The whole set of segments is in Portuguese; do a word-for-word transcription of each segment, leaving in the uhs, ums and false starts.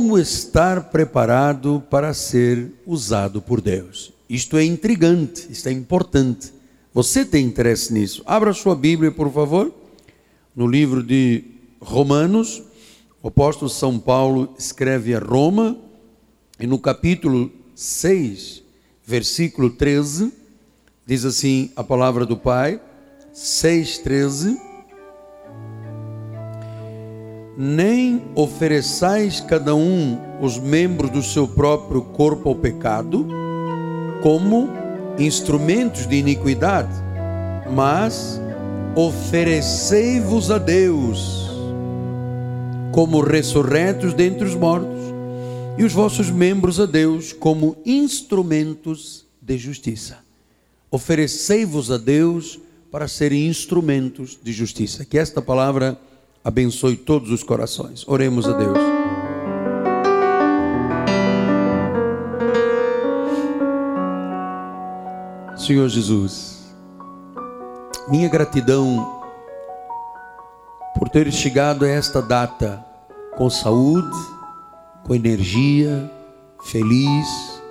como estar preparado para ser usado por Deus. Isto é intrigante, isto é importante. Você tem interesse nisso? Abra sua Bíblia, por favor, no livro de Romanos. O apóstolo São Paulo escreve a Roma, e no capítulo seis, versículo treze, diz assim a palavra do Pai, seis, treze: nem ofereçais cada um os membros do seu próprio corpo ao pecado, como instrumentos de iniquidade, mas oferecei-vos a Deus como ressurretos dentre os mortos, e os vossos membros a Deus como instrumentos de justiça. Oferecei-vos a Deus para serem instrumentos de justiça. Que esta palavra abençoe todos os corações. Oremos a Deus. Senhor Jesus, minha gratidão por ter chegado a esta data com saúde, com energia, feliz,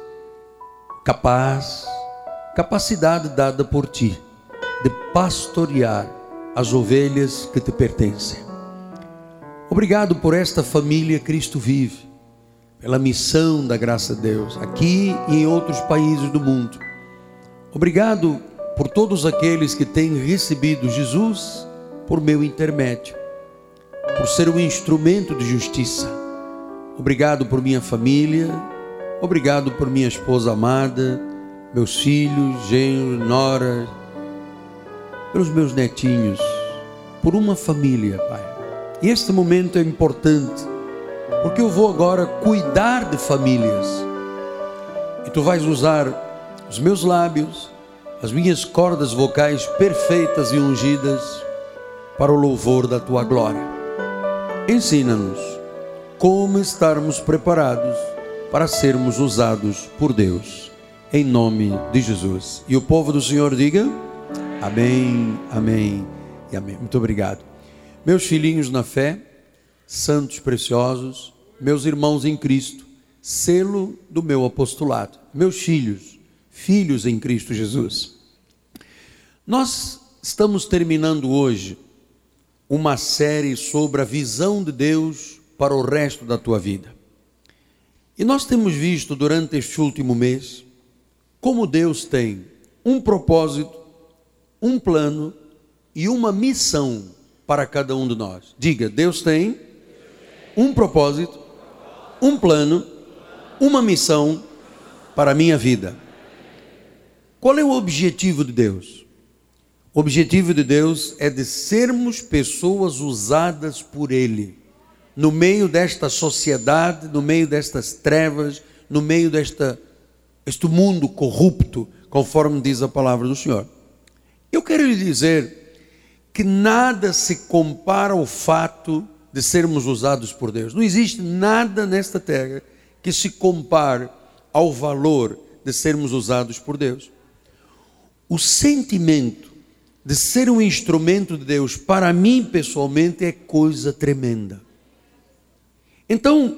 capaz, capacidade dada por Ti de pastorear as ovelhas que Te pertencem. Obrigado por esta família Cristo Vive, pela missão da graça de Deus, aqui e em outros países do mundo. Obrigado por todos aqueles que têm recebido Jesus por meu intermédio, por ser um instrumento de justiça. Obrigado por minha família, obrigado por minha esposa amada, meus filhos, genros, noras, pelos meus netinhos, por uma família, Pai. E este momento é importante, porque eu vou agora cuidar de famílias, e Tu vais usar os meus lábios, as minhas cordas vocais perfeitas e ungidas para o louvor da Tua glória. Ensina-nos como estarmos preparados para sermos usados por Deus, em nome de Jesus. E o povo do Senhor diga amém, amém e amém. Muito obrigado. Meus filhinhos na fé, santos preciosos, meus irmãos em Cristo, selo do meu apostolado, meus filhos, filhos em Cristo Jesus. Nós estamos terminando hoje uma série sobre a visão de Deus para o resto da tua vida. E nós temos visto durante este último mês como Deus tem um propósito, um plano e uma missão para cada um de nós. Diga, Deus tem um propósito, um plano, uma missão para a minha vida. Qual é o objetivo de Deus? O objetivo de Deus é de sermos pessoas usadas por Ele, no meio desta sociedade, no meio destas trevas, no meio desta, este mundo corrupto, conforme diz a palavra do Senhor. Eu quero lhe dizer que nada se compara ao fato de sermos usados por Deus. Não existe nada nesta terra que se compare ao valor de sermos usados por Deus. O sentimento de ser um instrumento de Deus, para mim pessoalmente, é coisa tremenda. Então,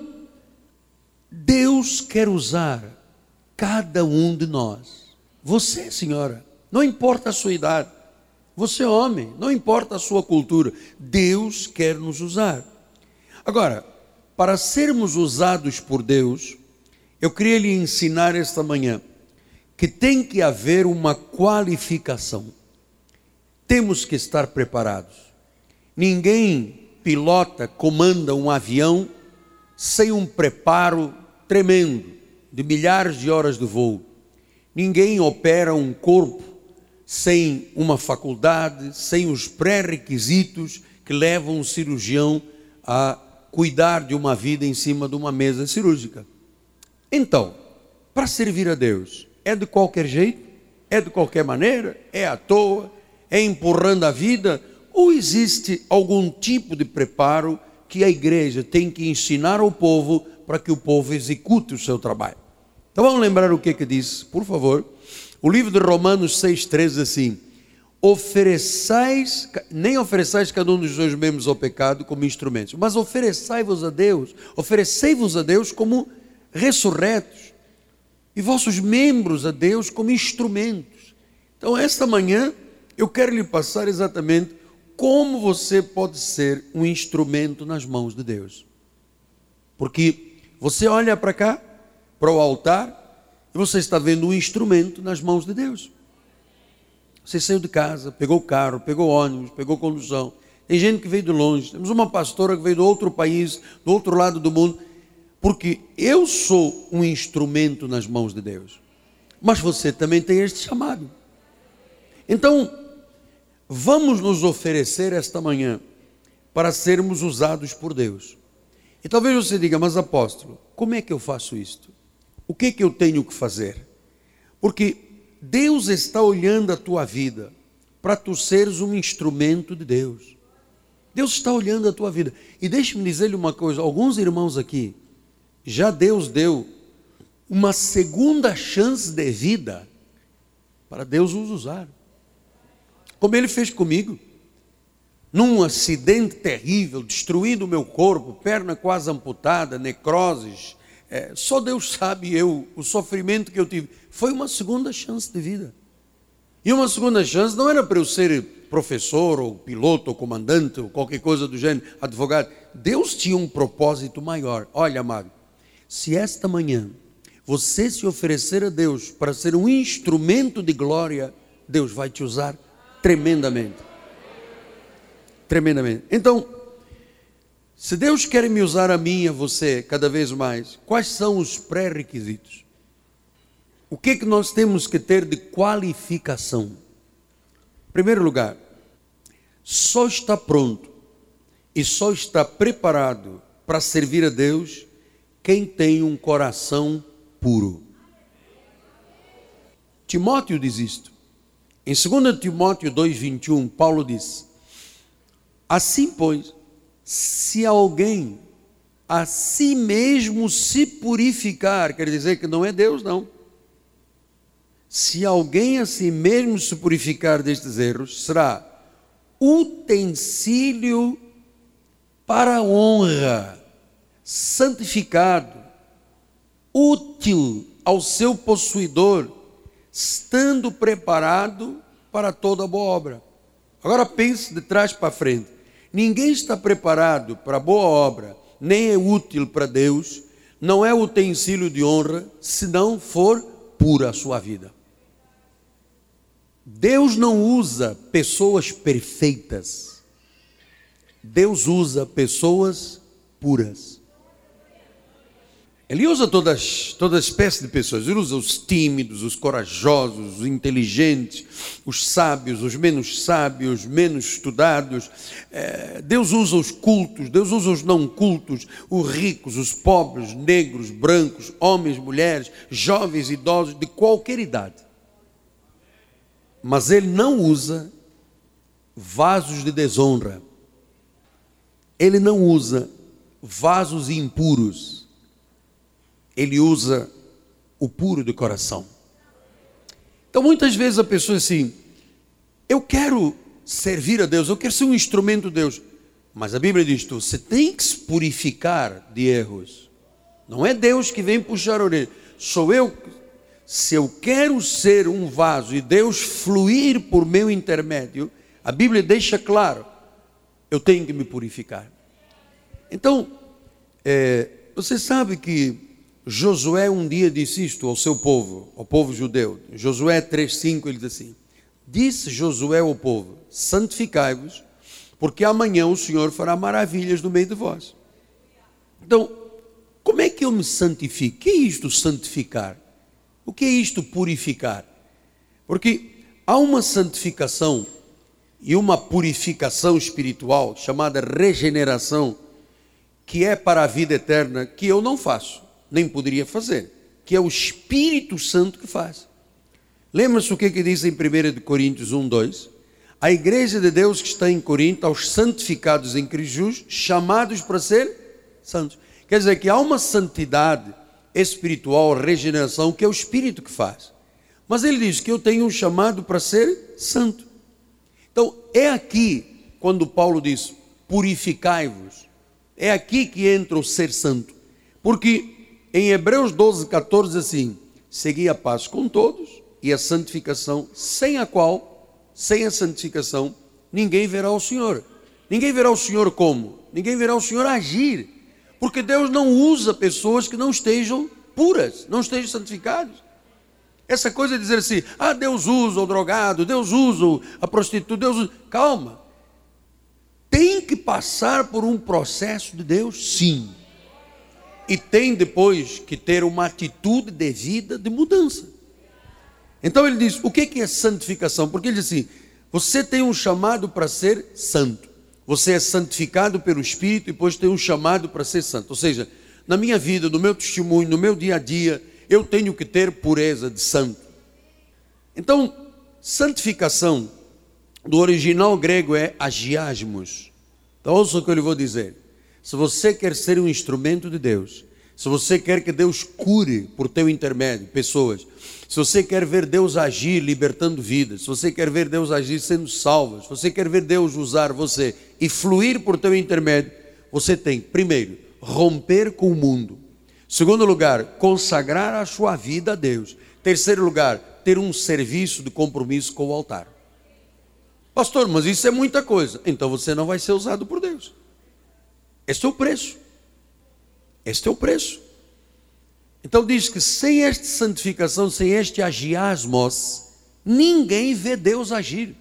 Deus quer usar cada um de nós. Você, senhora, não importa a sua idade. Você, homem, não importa a sua cultura. Deus quer nos usar. Agora, para sermos usados por Deus, eu queria lhe ensinar esta manhã que tem que haver uma qualificação. Temos que estar preparados. Ninguém pilota, comanda um avião sem um preparo tremendo, de milhares de horas de voo. Ninguém opera um corpo sem uma faculdade, sem os pré-requisitos que levam um cirurgião a cuidar de uma vida em cima de uma mesa cirúrgica. Então, para servir a Deus, é de qualquer jeito? É de qualquer maneira? É à toa? É empurrando a vida? Ou existe algum tipo de preparo que a igreja tem que ensinar ao povo para que o povo execute o seu trabalho? Então vamos lembrar o que que diz, por favor. O livro de Romanos seis, treze, assim: ofereçais, nem ofereçais cada um dos seus membros ao pecado como instrumentos, mas ofereçai-vos a Deus, oferecei-vos a Deus como ressurretos, e vossos membros a Deus como instrumentos. Então, esta manhã, eu quero lhe passar exatamente como você pode ser um instrumento nas mãos de Deus. Porque você olha para cá, para o altar, e você está vendo um instrumento nas mãos de Deus. Você saiu de casa, pegou o carro, pegou ônibus, pegou condução. Tem gente que veio de longe. Temos uma pastora que veio do outro país, do outro lado do mundo. Porque eu sou um instrumento nas mãos de Deus. Mas você também tem este chamado. Então, vamos nos oferecer esta manhã para sermos usados por Deus. E talvez você diga, mas apóstolo, como é que eu faço isto? O que é que eu tenho que fazer? Porque Deus está olhando a tua vida para tu seres um instrumento de Deus. Deus está olhando a tua vida. E deixe-me dizer-lhe uma coisa, alguns irmãos aqui, já Deus deu uma segunda chance de vida para Deus os usar. Como Ele fez comigo. Num acidente terrível, destruindo o meu corpo, perna quase amputada, necroses, é, só Deus sabe eu, o sofrimento que eu tive. Foi uma segunda chance de vida. E uma segunda chance não era para eu ser professor, ou piloto, ou comandante, ou qualquer coisa do gênero, advogado. Deus tinha um propósito maior. Olha, amado, se esta manhã você se oferecer a Deus para ser um instrumento de glória, Deus vai te usar tremendamente. Tremendamente. Então, se Deus quer me usar a mim e a você cada vez mais, quais são os pré-requisitos? O que é que nós temos que ter de qualificação? Em primeiro lugar, só está pronto e só está preparado para servir a Deus quem tem um coração puro. Timóteo diz isto. Em dois Timóteo dois, vinte e um, Paulo diz: assim, pois, se alguém a si mesmo se purificar, quer dizer que não é Deus, não. Se alguém a si mesmo se purificar destes erros, será utensílio para a honra, santificado, útil ao seu possuidor, estando preparado para toda boa obra. Agora pense de trás para frente. Ninguém está preparado para boa obra, nem é útil para Deus, não é utensílio de honra, se não for pura a sua vida. Deus não usa pessoas perfeitas. Deus usa pessoas puras. Ele usa todas, toda espécie de pessoas. Ele usa os tímidos, os corajosos, os inteligentes, os sábios, os menos sábios, os menos estudados. É, Deus usa os cultos, Deus usa os não cultos, os ricos, os pobres, negros, brancos, homens, mulheres, jovens, idosos, de qualquer idade. Mas Ele não usa vasos de desonra. Ele não usa vasos impuros. Ele usa o puro de coração. Então muitas vezes a pessoa diz assim: eu quero servir a Deus, eu quero ser um instrumento de Deus. Mas a Bíblia diz: você tem que se purificar de erros. Não é Deus que vem puxar a orelha. Sou eu. Se eu quero ser um vaso e Deus fluir por meu intermédio, a Bíblia deixa claro, eu tenho que me purificar. Então, é, você sabe que Josué um dia disse isto ao seu povo, ao povo judeu. Josué três, cinco, ele diz assim: disse Josué ao povo: santificai-vos, porque amanhã o Senhor fará maravilhas no meio de vós. Então, como é que eu me santifico? O que é isto santificar? O que é isto purificar? Porque há uma santificação e uma purificação espiritual chamada regeneração, que é para a vida eterna, que eu não faço, nem poderia fazer, que é o Espírito Santo que faz. Lembra-se o que, que diz em primeira Coríntios um, dois? A igreja de Deus que está em Corinto, aos santificados em Cristo Jesus, chamados para ser santos. Quer dizer que há uma santidade espiritual, regeneração, que é o Espírito que faz. Mas ele diz que eu tenho um chamado para ser santo. Então, é aqui, quando Paulo diz, purificai-vos, é aqui que entra o ser santo. Porque em Hebreus doze, catorze diz assim, segui a paz com todos e a santificação, sem a qual, sem a santificação, ninguém verá o Senhor. Ninguém verá o Senhor como? Ninguém verá o Senhor agir. Porque Deus não usa pessoas que não estejam puras, não estejam santificadas. Essa coisa de dizer assim, ah, Deus usa o drogado, Deus usa a prostituta, Deus usa... Calma. Tem que passar por um processo de Deus, sim. E tem depois que ter uma atitude devida de mudança. Então ele diz, o que é santificação? Porque ele diz assim, você tem um chamado para ser santo. Você é santificado pelo Espírito e depois tem um chamado para ser santo. Ou seja, na minha vida, no meu testemunho, no meu dia a dia, eu tenho que ter pureza de santo. Então, santificação, do original grego é agiasmos. Então ouça o que eu lhe vou dizer. Se você quer ser um instrumento de Deus, se você quer que Deus cure por teu intermédio pessoas, se você quer ver Deus agir libertando vidas, se você quer ver Deus agir sendo salvo, se você quer ver Deus usar você e fluir por teu intermédio, você tem, primeiro, romper com o mundo. Segundo lugar, consagrar a sua vida a Deus. Terceiro lugar, ter um serviço de compromisso com o altar. Pastor, mas isso é muita coisa. Então você não vai ser usado por Deus. Este é o preço. Este é o preço. Então diz que sem esta santificação, sem este agiasmos, ninguém vê Deus agir.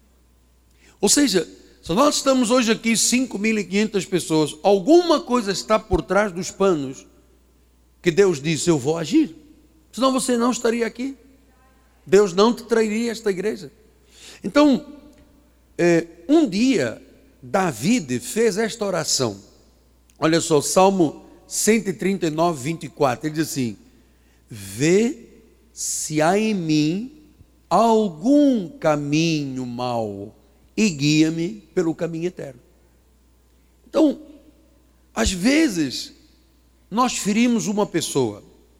Ou seja, se nós estamos hoje aqui cinco mil e quinhentas pessoas, alguma coisa está por trás dos panos que Deus disse, eu vou agir. Senão você não estaria aqui. Deus não te trairia esta igreja. Então, é, um dia, Davi fez esta oração. Olha só, Salmo cento e trinta e nove, vinte e quatro. Ele diz assim, vê se há em mim algum caminho mau e guia-me pelo caminho eterno. Então, às vezes, nós ferimos uma pessoa,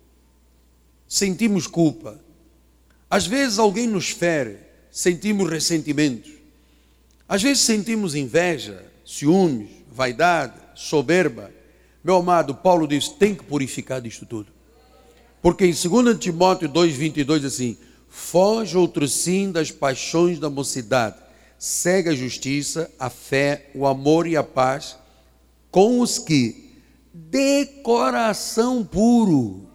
sentimos culpa. Às vezes alguém nos fere, sentimos ressentimentos. Às vezes sentimos inveja, ciúmes, vaidade, soberba. Meu amado, Paulo diz, tem que purificar disto tudo. Porque em dois Timóteo dois, vinte e dois diz assim, foge outro sim das paixões da mocidade, segue a justiça, a fé, o amor e a paz, com os que de coração puro.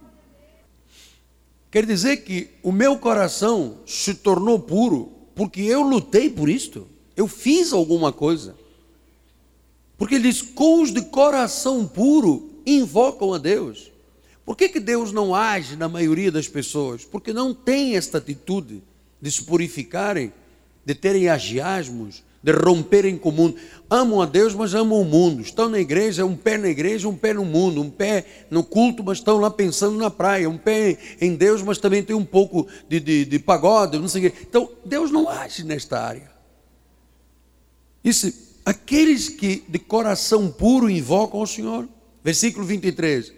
Quer dizer que o meu coração se tornou puro porque eu lutei por isto. Eu fiz alguma coisa. Porque ele diz, com os de coração puro invocam a Deus. Por que que Deus não age na maioria das pessoas? Porque não tem esta atitude de se purificarem, de terem agiasmos, de romperem com o mundo. Amam a Deus, mas amam o mundo. Estão na igreja, um pé na igreja, um pé no mundo. Um pé no culto, mas estão lá pensando na praia. Um pé em Deus, mas também tem um pouco de, de, de pagode, não sei o quê. Então, Deus não age nesta área. Isso, aqueles que de coração puro invocam o Senhor. Versículo vinte e três.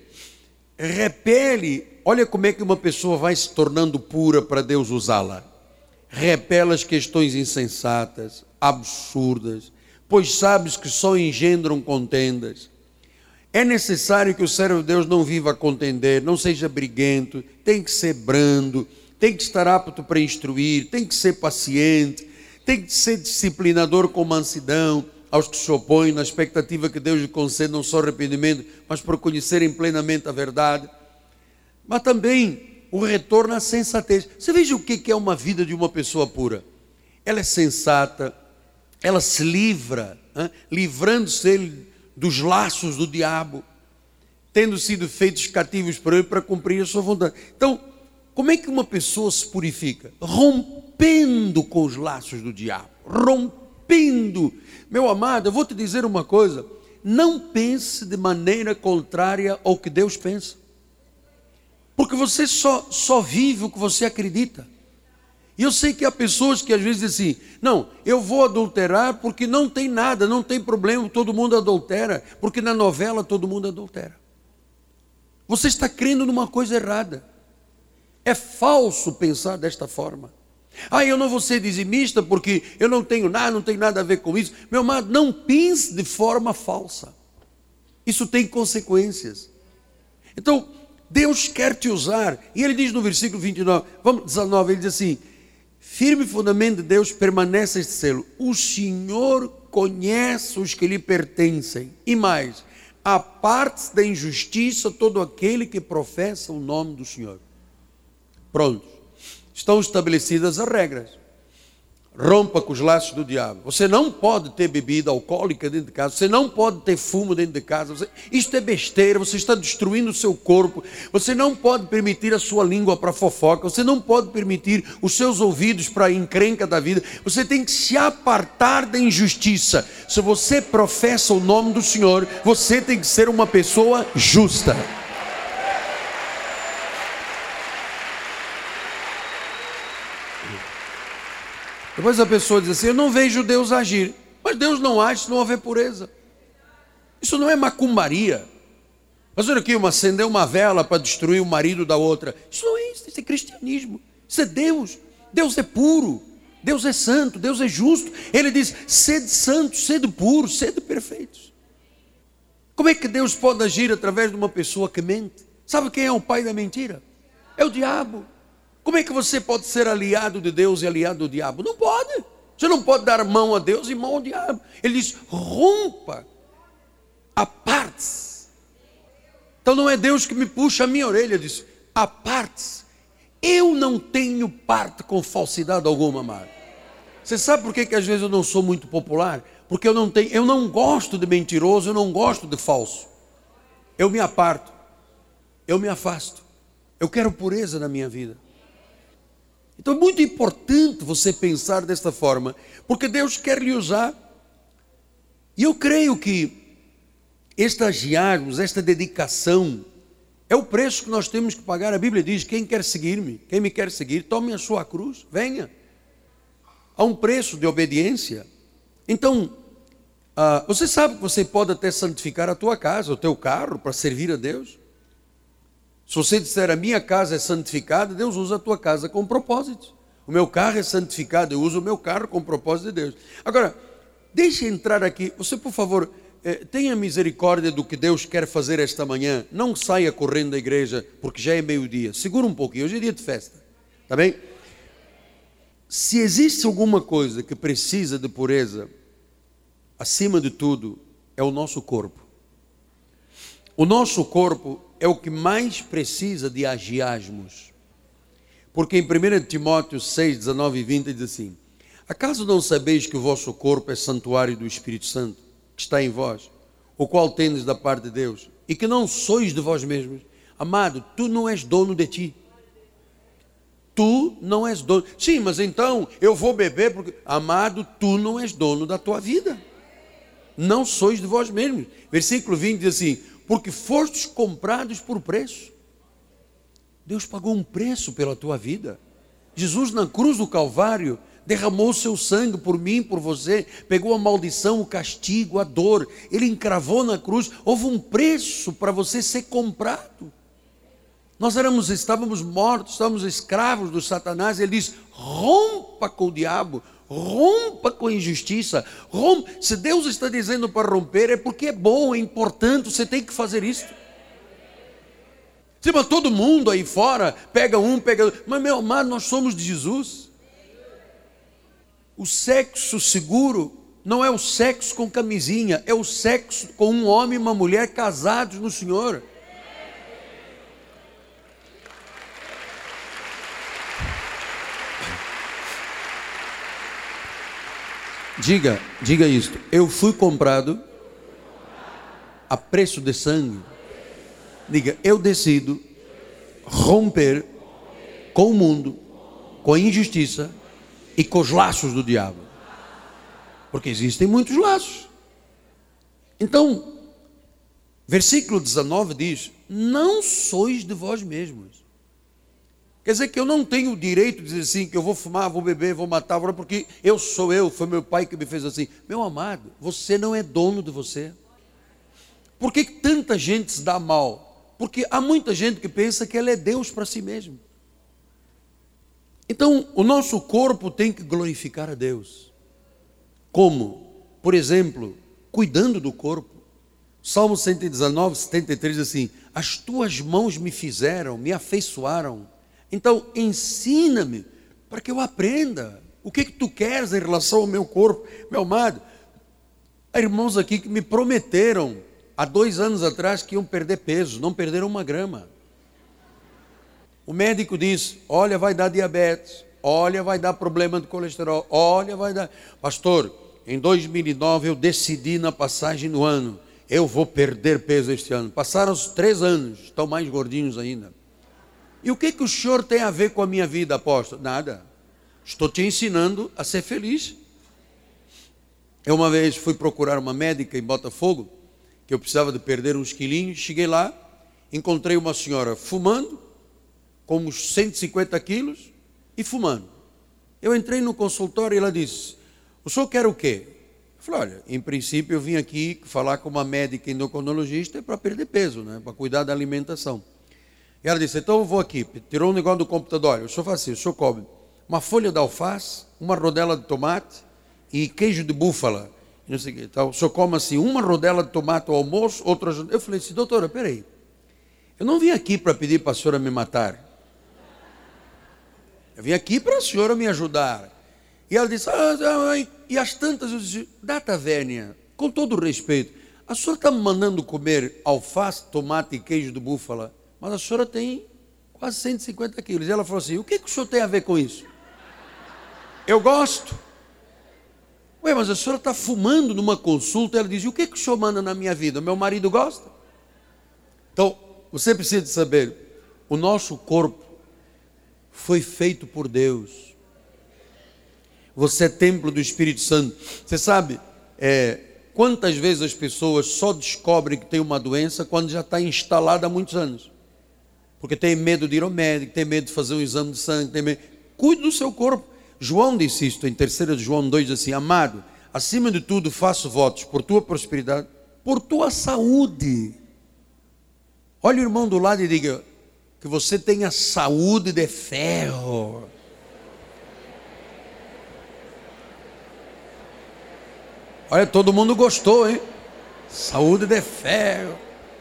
Repele, olha como é que uma pessoa vai se tornando pura para Deus usá-la. Repele as questões insensatas, absurdas, pois sabes que só engendram contendas. É necessário que o servo de Deus não viva a contender, não seja briguento, tem que ser brando, tem que estar apto para instruir, tem que ser paciente, tem que ser disciplinador com mansidão aos que se opõem, na expectativa que Deus lhe conceda não só arrependimento, mas por conhecerem plenamente a verdade. Mas também o retorno à sensatez. Você veja o que é uma vida de uma pessoa pura. Ela é sensata, ela se livra, hein? livrando-se dos laços do diabo, tendo sido feitos cativos por ele para cumprir a sua vontade. Então, como é que uma pessoa se purifica? Rompendo com os laços do diabo, rompendo. Meu amado, eu vou te dizer uma coisa, não pense de maneira contrária ao que Deus pensa. Porque você só, só vive o que você acredita. E eu sei que há pessoas que às vezes dizem assim, não, eu vou adulterar porque não tem nada, não tem problema, todo mundo adultera, porque na novela todo mundo adultera. Você está crendo numa coisa errada. É falso pensar desta forma. Ah, eu não vou ser dizimista porque eu não tenho nada, não tenho nada a ver com isso. Meu amado, não pense de forma falsa. Isso tem consequências. Então, Deus quer te usar. E Ele diz no versículo vinte e nove, vamos, dezenove, Ele diz assim: firme fundamento de Deus permanece este selo: o Senhor conhece os que lhe pertencem. E mais, aparte-se da injustiça todo aquele que professa o nome do Senhor. Pronto. Estão estabelecidas as regras. Rompa com os laços do diabo. Você não pode ter bebida alcoólica dentro de casa. Você não pode ter fumo dentro de casa. Você, isto é besteira. Você está destruindo o seu corpo. Você não pode permitir a sua língua para fofoca. Você não pode permitir os seus ouvidos para a encrenca da vida. Você tem que se apartar da injustiça. Se você professa o nome do Senhor, você tem que ser uma pessoa justa. Depois a pessoa diz assim: eu não vejo Deus agir. Mas Deus não age se não houver pureza. Isso não é macumbaria. Mas olha aqui, uma acender uma vela para destruir o marido da outra. Isso não é isso, isso é cristianismo. Isso é Deus. Deus é puro. Deus é santo, Deus é justo. Ele diz: sede santos, sede puros, sede perfeitos. Como é que Deus pode agir através de uma pessoa que mente? Sabe quem é o pai da mentira? É o diabo. Como é que você pode ser aliado de Deus e aliado do diabo? Não pode. Você não pode dar mão a Deus e mão ao diabo. Ele diz: rompa, aparte-se. Então não é Deus que me puxa a minha orelha, diz: aparte-se. Eu não tenho parte com falsidade alguma, amado. Você sabe por que, que às vezes eu não sou muito popular? Porque eu não tenho, eu não gosto de mentiroso, eu não gosto de falso. Eu me aparto, eu me afasto. Eu quero pureza na minha vida. Então é muito importante você pensar desta forma, porque Deus quer lhe usar. E eu creio que estagiarmos, esta dedicação, é o preço que nós temos que pagar. A Bíblia diz: quem quer seguir-me, quem me quer seguir, tome a sua cruz, venha. Há um preço de obediência. Então, ah, você sabe que você pode até santificar a tua casa, o teu carro, para servir a Deus. Se você disser: a minha casa é santificada, Deus usa a tua casa com propósito. O meu carro é santificado, eu uso o meu carro com propósito de Deus. Agora, deixe entrar aqui. Você, por favor, eh, tenha misericórdia do que Deus quer fazer esta manhã. Não saia correndo da igreja, porque já é meio-dia. Segura um pouquinho, hoje é dia de festa. Está bem? Se existe alguma coisa que precisa de pureza, acima de tudo, é o nosso corpo. O nosso corpo é o que mais precisa de agiasmos. Porque em primeira Timóteo seis, dezenove e vinte diz assim: acaso não sabeis que o vosso corpo é santuário do Espírito Santo, que está em vós, o qual tendes da parte de Deus, e que não sois de vós mesmos? Amado, tu não és dono de ti. Tu não és dono. Sim, mas então eu vou beber porque... Amado, tu não és dono da tua vida. Não sois de vós mesmos. Versículo vinte diz assim: porque fostes comprados por preço. Deus pagou um preço pela tua vida. Jesus na cruz do Calvário derramou o seu sangue por mim, por você, pegou a maldição, o castigo, a dor, Ele encravou na cruz. Houve um preço para você ser comprado. Nós éramos, estávamos mortos, estávamos escravos do Satanás. Ele diz: rompa com o diabo, rompa com a injustiça, rompa. Se Deus está dizendo para romper, é porque é bom, é importante, você tem que fazer isso. Sim, mas todo mundo aí fora pega um, pega outro. Mas meu amado, nós somos de Jesus. O sexo seguro não é o sexo com camisinha, é o sexo com um homem e uma mulher casados no Senhor. Diga, diga isto: eu fui comprado a preço de sangue. Diga: eu decido romper com o mundo, com a injustiça e com os laços do diabo. Porque existem muitos laços. Então, versículo dezenove diz: não sois de vós mesmos. Quer dizer que eu não tenho o direito de dizer assim, que eu vou fumar, vou beber, vou matar, porque eu sou eu, foi meu pai que me fez assim. Meu amado, você não é dono de você. Por que tanta gente se dá mal? Porque há muita gente que pensa que ela é Deus para si mesmo. Então, o nosso corpo tem que glorificar a Deus. Como? Por exemplo, cuidando do corpo. Salmo cento e dezenove, setenta e três diz assim: as tuas mãos me fizeram, me afeiçoaram. Então, ensina-me para que eu aprenda. O que é que tu queres em relação ao meu corpo? Meu amado, há irmãos aqui que me prometeram há dois anos atrás que iam perder peso, não perderam uma grama. O médico disse: olha, vai dar diabetes, olha, vai dar problema de colesterol, olha, vai dar... Pastor, em dois mil e nove eu decidi na passagem do ano, eu vou perder peso este ano. Passaram os três anos, estão mais gordinhos ainda. E o que que o senhor tem a ver com a minha vida, apóstolo? Nada. Estou te ensinando a ser feliz. Eu uma vez fui procurar uma médica em Botafogo, que eu precisava de perder uns quilinhos. Cheguei lá, encontrei uma senhora fumando, com uns cento e cinquenta quilos e fumando. Eu entrei no consultório e ela disse: o senhor quer o quê? Eu falei: olha, em princípio eu vim aqui falar com uma médica endocrinologista para perder peso, né? Para cuidar da alimentação. E ela disse: então eu vou aqui. Tirou um negócio do computador. Olha, o senhor faz assim, o senhor come uma folha de alface, uma rodela de tomate e queijo de búfala. Não sei o que. Então, o senhor come assim, uma rodela de tomate ao almoço, outra... Eu falei assim: doutora, peraí, eu não vim aqui para pedir para a senhora me matar. Eu vim aqui para a senhora me ajudar. E ela disse: ah, ah, e as tantas, eu disse: data vénia, com todo o respeito, a senhora está me mandando comer alface, tomate e queijo de búfala, mas a senhora tem quase cento e cinquenta quilos. E ela falou assim: o que, que o senhor tem a ver com isso? Eu gosto. Ué, mas a senhora está fumando numa consulta. Ela diz: e o que, que o senhor manda na minha vida? Meu marido gosta. Então, você precisa saber, o nosso corpo foi feito por Deus. Você é templo do Espírito Santo. Você sabe é, quantas vezes as pessoas só descobrem que tem uma doença quando já está instalada há muitos anos? Porque tem medo de ir ao médico, tem medo de fazer um exame de sangue, tem medo... Cuide do seu corpo. João disse isto em terceira de João dois, assim: amado, acima de tudo faço votos por tua prosperidade, por tua saúde. Olha o irmão do lado e diga: que você tenha saúde de ferro. Olha, todo mundo gostou, hein? Saúde de ferro.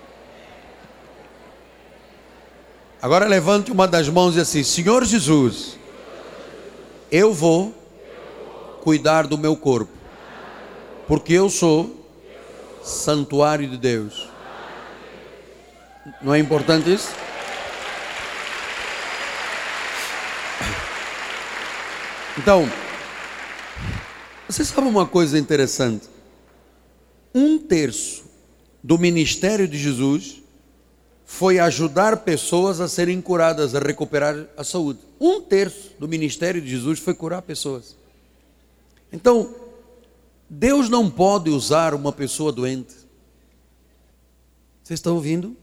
Agora levante uma das mãos e diz assim: Senhor Jesus, eu vou cuidar do meu corpo, porque eu sou santuário de Deus. Não é importante isso? Então, você sabe uma coisa interessante? Um terço do ministério de Jesus foi ajudar pessoas a serem curadas, a recuperar a saúde. Um terço do ministério de Jesus foi curar pessoas. Então, Deus não pode usar uma pessoa doente. Vocês estão ouvindo?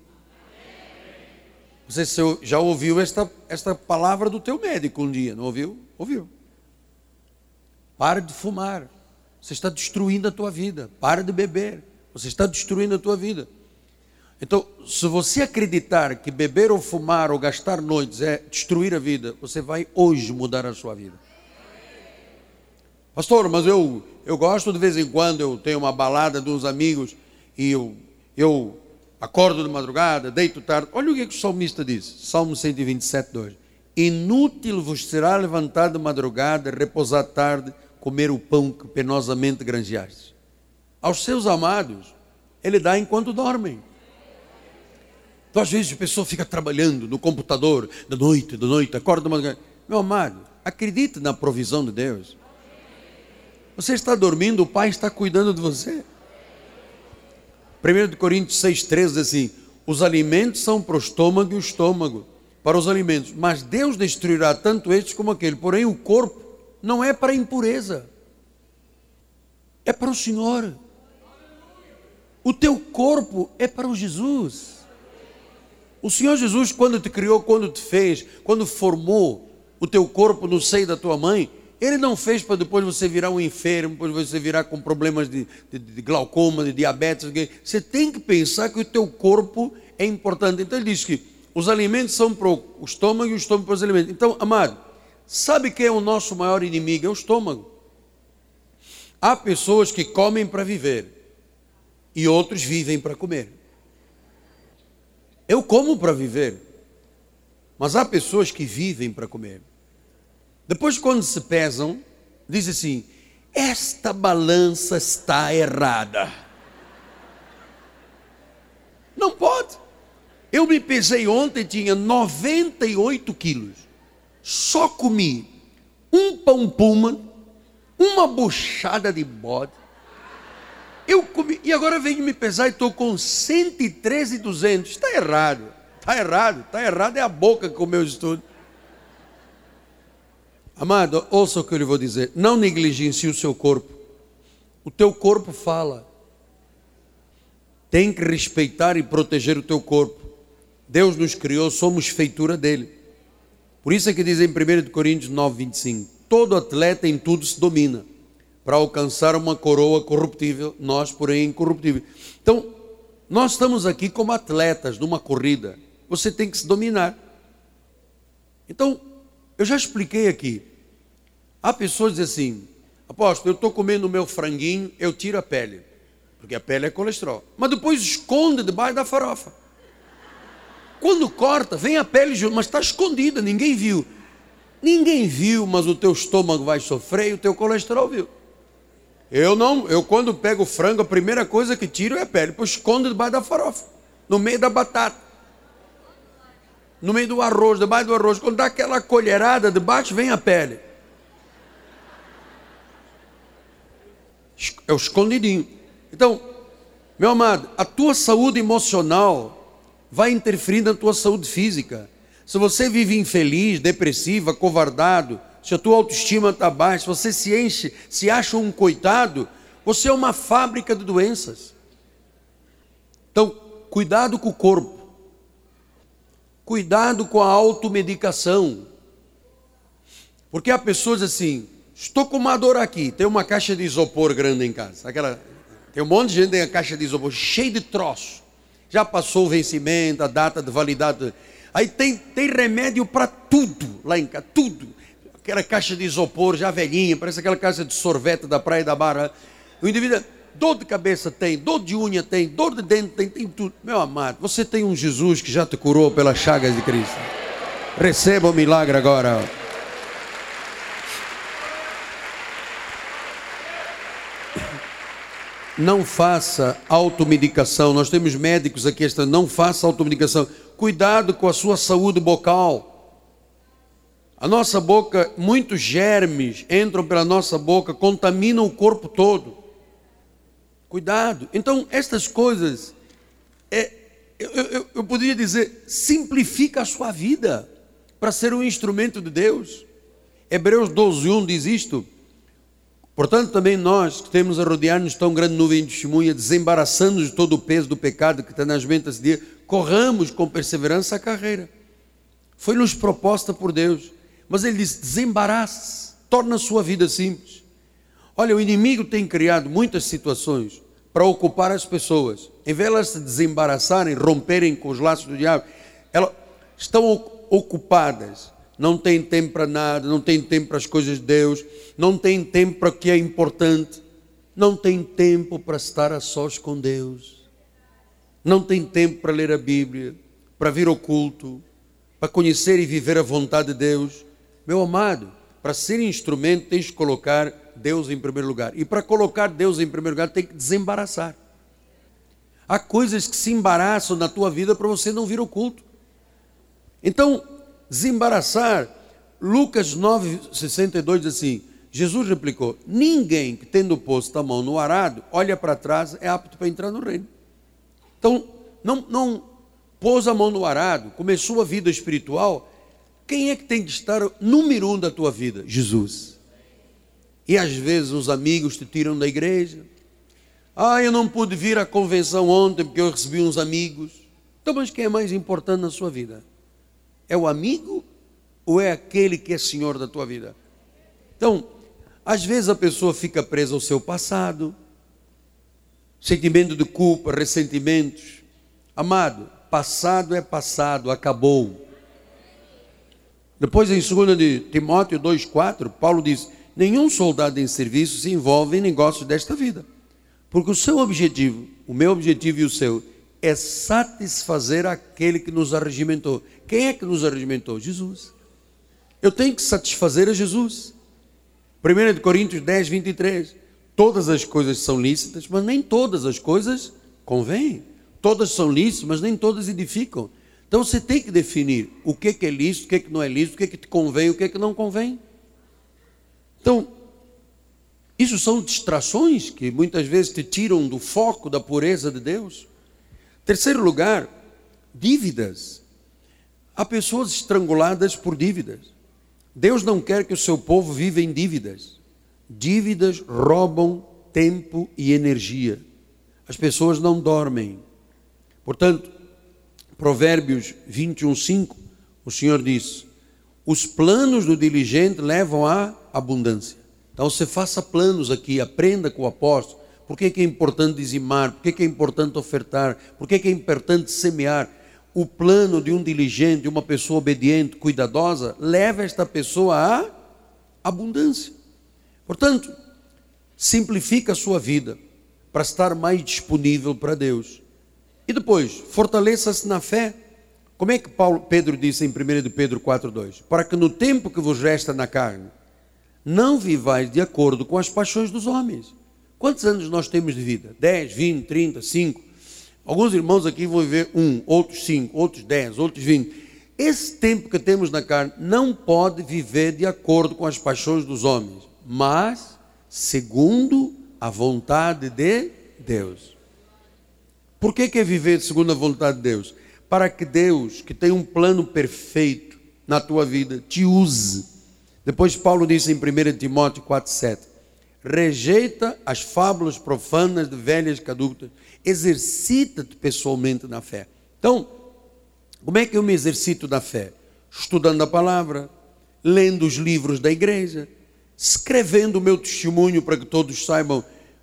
Você já ouviu esta, esta palavra do teu médico um dia, não ouviu? Ouviu. Pare de fumar. Você está destruindo a tua vida. Pare de beber. Você está destruindo a tua vida. Então, se você acreditar que beber ou fumar ou gastar noites é destruir a vida, você vai hoje mudar a sua vida. Pastor, mas eu, eu gosto de vez em quando, eu tenho uma balada de uns amigos e eu, eu acordo de madrugada, deito tarde. Olha o que, que o salmista diz, Salmo cento e vinte e sete, dois. Inútil vos será levantar de madrugada, repousar tarde, comer o pão que penosamente granjeaste. Aos seus amados, ele dá enquanto dormem. Então, às vezes, a pessoa fica trabalhando no computador, de noite, de noite, acorda de madrugada. Meu amado, acredite na provisão de Deus. Você está dormindo, o Pai está cuidando de você. primeira Coríntios seis, treze diz assim: os alimentos são para o estômago e o estômago para os alimentos, mas Deus destruirá tanto estes como aquele. Porém, o corpo não é para a impureza, é para o Senhor. O teu corpo é para o Jesus. O Senhor Jesus, quando te criou, quando te fez, quando formou o teu corpo no seio da tua mãe, Ele não fez para depois você virar um enfermo, depois você virar com problemas de, de, de glaucoma, de diabetes. Você tem que pensar que o teu corpo é importante. Então Ele diz que os alimentos são para o estômago e o estômago para os alimentos. Então, amado, Sabe quem é o nosso maior inimigo? É o estômago. Há pessoas que comem para viver e outros vivem para comer. Eu como para viver, mas há pessoas que vivem para comer. Depois, quando se pesam, diz assim: esta balança está errada. Não pode. Eu me pesei ontem, tinha noventa e oito quilos. Só comi um pão puma, uma buchada de bode. Eu comi, e agora venho me pesar e estou com cento e treze mil e duzentos. Está errado, está errado, está errado. É a boca que comeu isso tudo. Amado, ouça o que eu lhe vou dizer. Não negligencie o seu corpo. O teu corpo fala. Tem que respeitar e proteger o teu corpo. Deus nos criou, somos feitura dele. Por isso é que diz em primeira Coríntios nove, vinte e cinco, todo atleta em tudo se domina, para alcançar uma coroa corruptível, nós, porém, incorruptível. Então, nós estamos aqui como atletas numa corrida. Você tem que se dominar. Então, eu já expliquei aqui. Há pessoas que dizem assim: apóstolo, eu estou comendo o meu franguinho, eu tiro a pele, porque a pele é colesterol, mas depois esconde debaixo da farofa. Quando corta, vem a pele junto, mas está escondida, ninguém viu. Ninguém viu, mas o teu estômago vai sofrer e o teu colesterol viu. Eu não, eu quando pego o frango, a primeira coisa que tiro é a pele, depois escondo debaixo da farofa, no meio da batata, no meio do arroz, debaixo do arroz. Quando dá aquela colherada debaixo, vem a pele. É o escondidinho. Então, meu amado, a tua saúde emocional vai interferir na tua saúde física. Se você vive infeliz, depressiva, covardado, se a tua autoestima está baixa, se você se enche, se acha um coitado, você é uma fábrica de doenças. Então, cuidado com o corpo. Cuidado com a automedicação. Porque há pessoas assim: estou com uma dor aqui, tem uma caixa de isopor grande em casa. Aquela, tem um monte de gente que tem a caixa de isopor cheia de troço. Já passou o vencimento, a data de validade. Aí tem, tem remédio para tudo lá em casa, tudo. Aquela caixa de isopor já velhinha, parece aquela caixa de sorvete da Praia da Barra. O indivíduo, dor de cabeça tem, dor de unha tem, dor de dente tem, tem tudo. Meu amado, você tem um Jesus que já te curou pelas chagas de Cristo. Receba o milagre agora. Não faça automedicação. Nós temos médicos aqui, esta, não faça automedicação. Cuidado com a sua saúde bucal. A nossa boca, muitos germes entram pela nossa boca, contaminam o corpo todo. Cuidado. Então, estas coisas, é, eu, eu, eu poderia dizer, simplifica a sua vida para ser um instrumento de Deus. Hebreus doze, um diz isto: portanto, também nós que temos a rodear-nos tão grande nuvem de testemunha, desembaraçando-nos de todo o peso do pecado que está nas mente esse dia, corramos com perseverança a carreira. Foi-nos proposta por Deus. Mas ele diz: desembarace, torna a sua vida simples. Olha, o inimigo tem criado muitas situações para ocupar as pessoas. Em vez de elas se desembaraçarem, romperem com os laços do diabo, elas estão ocupadas. Não tem tempo para nada, não tem tempo para as coisas de Deus, não tem tempo para o que é importante, não tem tempo para estar a sós com Deus, não tem tempo para ler a Bíblia, para vir ao culto, para conhecer e viver a vontade de Deus. Meu amado, para ser instrumento tens que colocar Deus em primeiro lugar, e para colocar Deus em primeiro lugar tem que desembaraçar. Há coisas que se embaraçam na tua vida para você não vir ao culto. Então, desembaraçar, Lucas nove, sessenta e dois diz assim: Jesus replicou: ninguém que tendo posto a mão no arado, olha para trás, é apto para entrar no reino. Então, não, não pôs a mão no arado, começou a vida espiritual. Quem é que tem que estar número um da tua vida? Jesus. E às vezes os amigos te tiram da igreja. Ah, eu não pude vir à convenção ontem porque eu recebi uns amigos. Então, mas quem é mais importante na sua vida? É o amigo ou é aquele que é senhor da tua vida? Então, às vezes a pessoa fica presa ao seu passado, sentimento de culpa, ressentimentos. Amado, passado é passado, acabou. Depois, em segunda de Timóteo dois, quatro, Paulo diz: nenhum soldado em serviço se envolve em negócios desta vida, porque o seu objetivo, o meu objetivo e o seu, é satisfazer aquele que nos arregimentou. Quem é que nos arregimentou? Jesus. Eu tenho que satisfazer a Jesus. primeira de Coríntios dez, vinte e três. Todas as coisas são lícitas, mas nem todas as coisas convêm. Todas são lícitas, mas nem todas edificam. Então você tem que definir o que é lícito, o que, é que não é lícito, o que é que te convém, o que é que não convém. Então, isso são distrações que muitas vezes te tiram do foco da pureza de Deus. Terceiro lugar, dívidas. Há pessoas estranguladas por dívidas. Deus não quer que o seu povo viva em dívidas. Dívidas roubam tempo e energia. As pessoas não dormem. Portanto, Provérbios vinte e um, cinco, o Senhor diz: os planos do diligente levam à abundância. Então você faça planos aqui, aprenda com o apóstolo. Por que é importante dizimar? Por que é importante ofertar? Por que é importante semear? O plano de um diligente, de uma pessoa obediente, cuidadosa, leva esta pessoa à abundância. Portanto, simplifica a sua vida para estar mais disponível para Deus. E depois, fortaleça-se na fé. Como é que Paulo, Pedro disse em primeira de Pedro quatro, dois? Para que no tempo que vos resta na carne, não vivais de acordo com as paixões dos homens. Quantos anos nós temos de vida? dez, vinte, trinta, cinco. Alguns irmãos aqui vão viver um, outros cinco, outros dez, outros vinte. Esse tempo que temos na carne não pode viver de acordo com as paixões dos homens, mas segundo a vontade de Deus. Por que que é viver segundo a vontade de Deus? Para que Deus, que tem um plano perfeito na tua vida, te use. Depois Paulo disse em primeira Timóteo quatro, sete, rejeita as fábulas profanas de velhas caducas, exercita-te pessoalmente na fé. Então, como é que eu me exercito na fé? Estudando a palavra, lendo os livros da igreja, escrevendo o meu testemunho para que todos saibam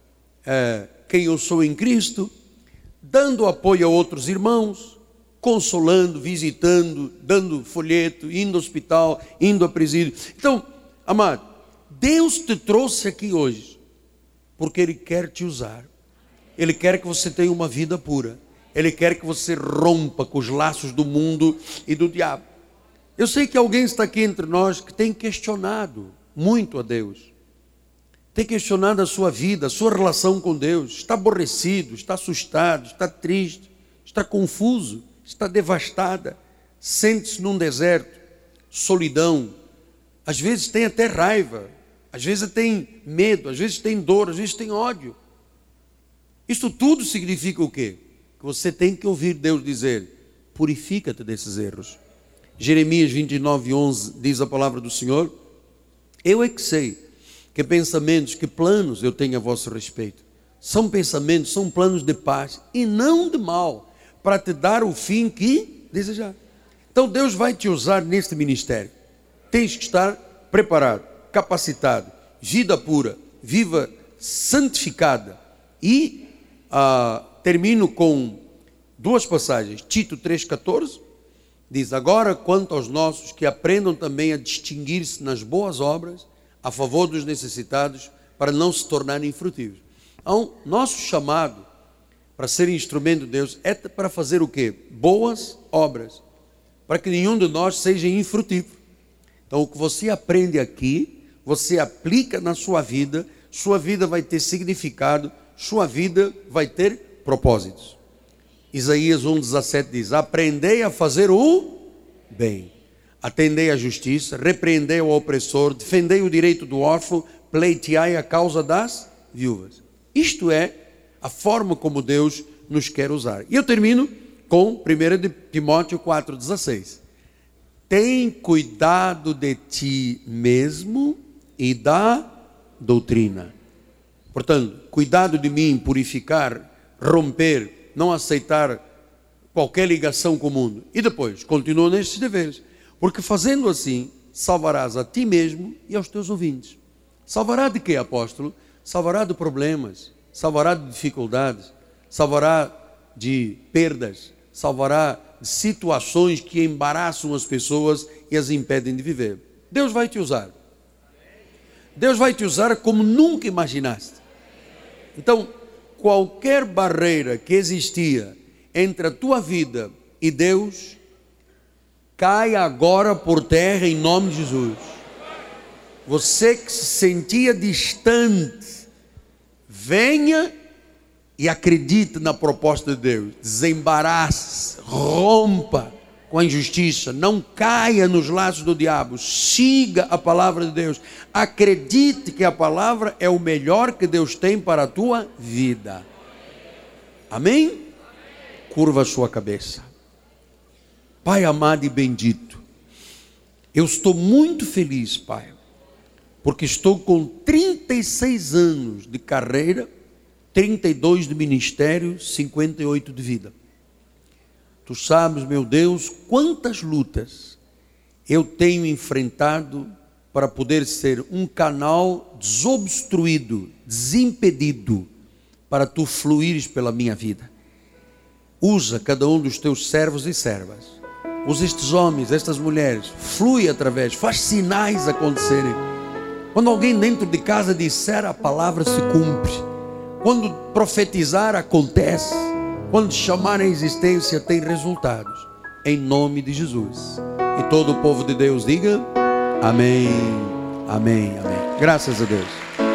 é, quem eu sou em Cristo, dando apoio a outros irmãos, consolando, visitando, dando folheto, indo ao hospital, indo a presídio. Então, amado, Deus te trouxe aqui hoje porque Ele quer te usar. Ele quer que você tenha uma vida pura. Ele quer que você rompa com os laços do mundo e do diabo. Eu sei que alguém está aqui entre nós que tem questionado muito a Deus. Tem questionado a sua vida, a sua relação com Deus. Está aborrecido, está assustado, está triste, está confuso, está devastada. Sente-se num deserto, solidão. Às vezes tem até raiva. Às vezes tem medo, às vezes tem dor, às vezes tem ódio. Isso tudo significa o quê? Que você tem que ouvir Deus dizer: purifica-te desses erros. Jeremias vinte e nove, onze diz a palavra do Senhor: eu é que sei que pensamentos, que planos eu tenho a vosso respeito. São pensamentos, são planos de paz e não de mal, para te dar o fim que desejar. Então Deus vai te usar neste ministério. Tens que estar preparado, capacitado, vida pura, viva santificada. E ah, termino com duas passagens. Tito três, catorze diz: agora quanto aos nossos, que aprendam também a distinguir-se nas boas obras, a favor dos necessitados, para não se tornarem infrutíveis. Então, nosso chamado para ser instrumento de Deus é para fazer o quê? Boas obras, para que nenhum de nós seja infrutífero. Então, o que você aprende aqui, você aplica na sua vida, sua vida vai ter significado, sua vida vai ter propósitos. Isaías um, dezessete diz: aprendei a fazer o bem, atendei à justiça, repreendei ao opressor, defendei o direito do órfão, pleiteai a causa das viúvas. Isto é a forma como Deus nos quer usar. E eu termino com primeira de Timóteo quatro, dezesseis. Tem cuidado de ti mesmo e da doutrina. Portanto, cuidado de mim, purificar, romper, não aceitar qualquer ligação com o mundo. E depois, continua nestes deveres. Porque fazendo assim, salvarás a ti mesmo e aos teus ouvintes. Salvará de quê, apóstolo? Salvará de problemas, salvará de dificuldades, salvará de perdas, salvará de situações que embaraçam as pessoas e as impedem de viver. Deus vai te usar. Deus vai te usar como nunca imaginaste. Então, qualquer barreira que existia entre a tua vida e Deus, cai agora por terra em nome de Jesus. Você que se sentia distante, venha e acredite na proposta de Deus. Desembarace, rompa com a injustiça, não caia nos laços do diabo, siga a palavra de Deus, acredite que a palavra é o melhor que Deus tem para a tua vida. Amém? Curva a sua cabeça. Pai amado e bendito, eu estou muito feliz, Pai, porque estou com trinta e seis anos de carreira, trinta e dois de ministério, cinquenta e oito de vida. Tu sabes, meu Deus, quantas lutas eu tenho enfrentado para poder ser um canal desobstruído, desimpedido, para tu fluires pela minha vida. Usa cada um dos teus servos e servas. Usa estes homens, estas mulheres, flui através, faz sinais acontecerem. Quando alguém dentro de casa disser, a palavra se cumpre. Quando profetizar, acontece. Quando chamar a existência, tem resultados. Em nome de Jesus. E todo o povo de Deus diga amém, amém, amém. Graças a Deus.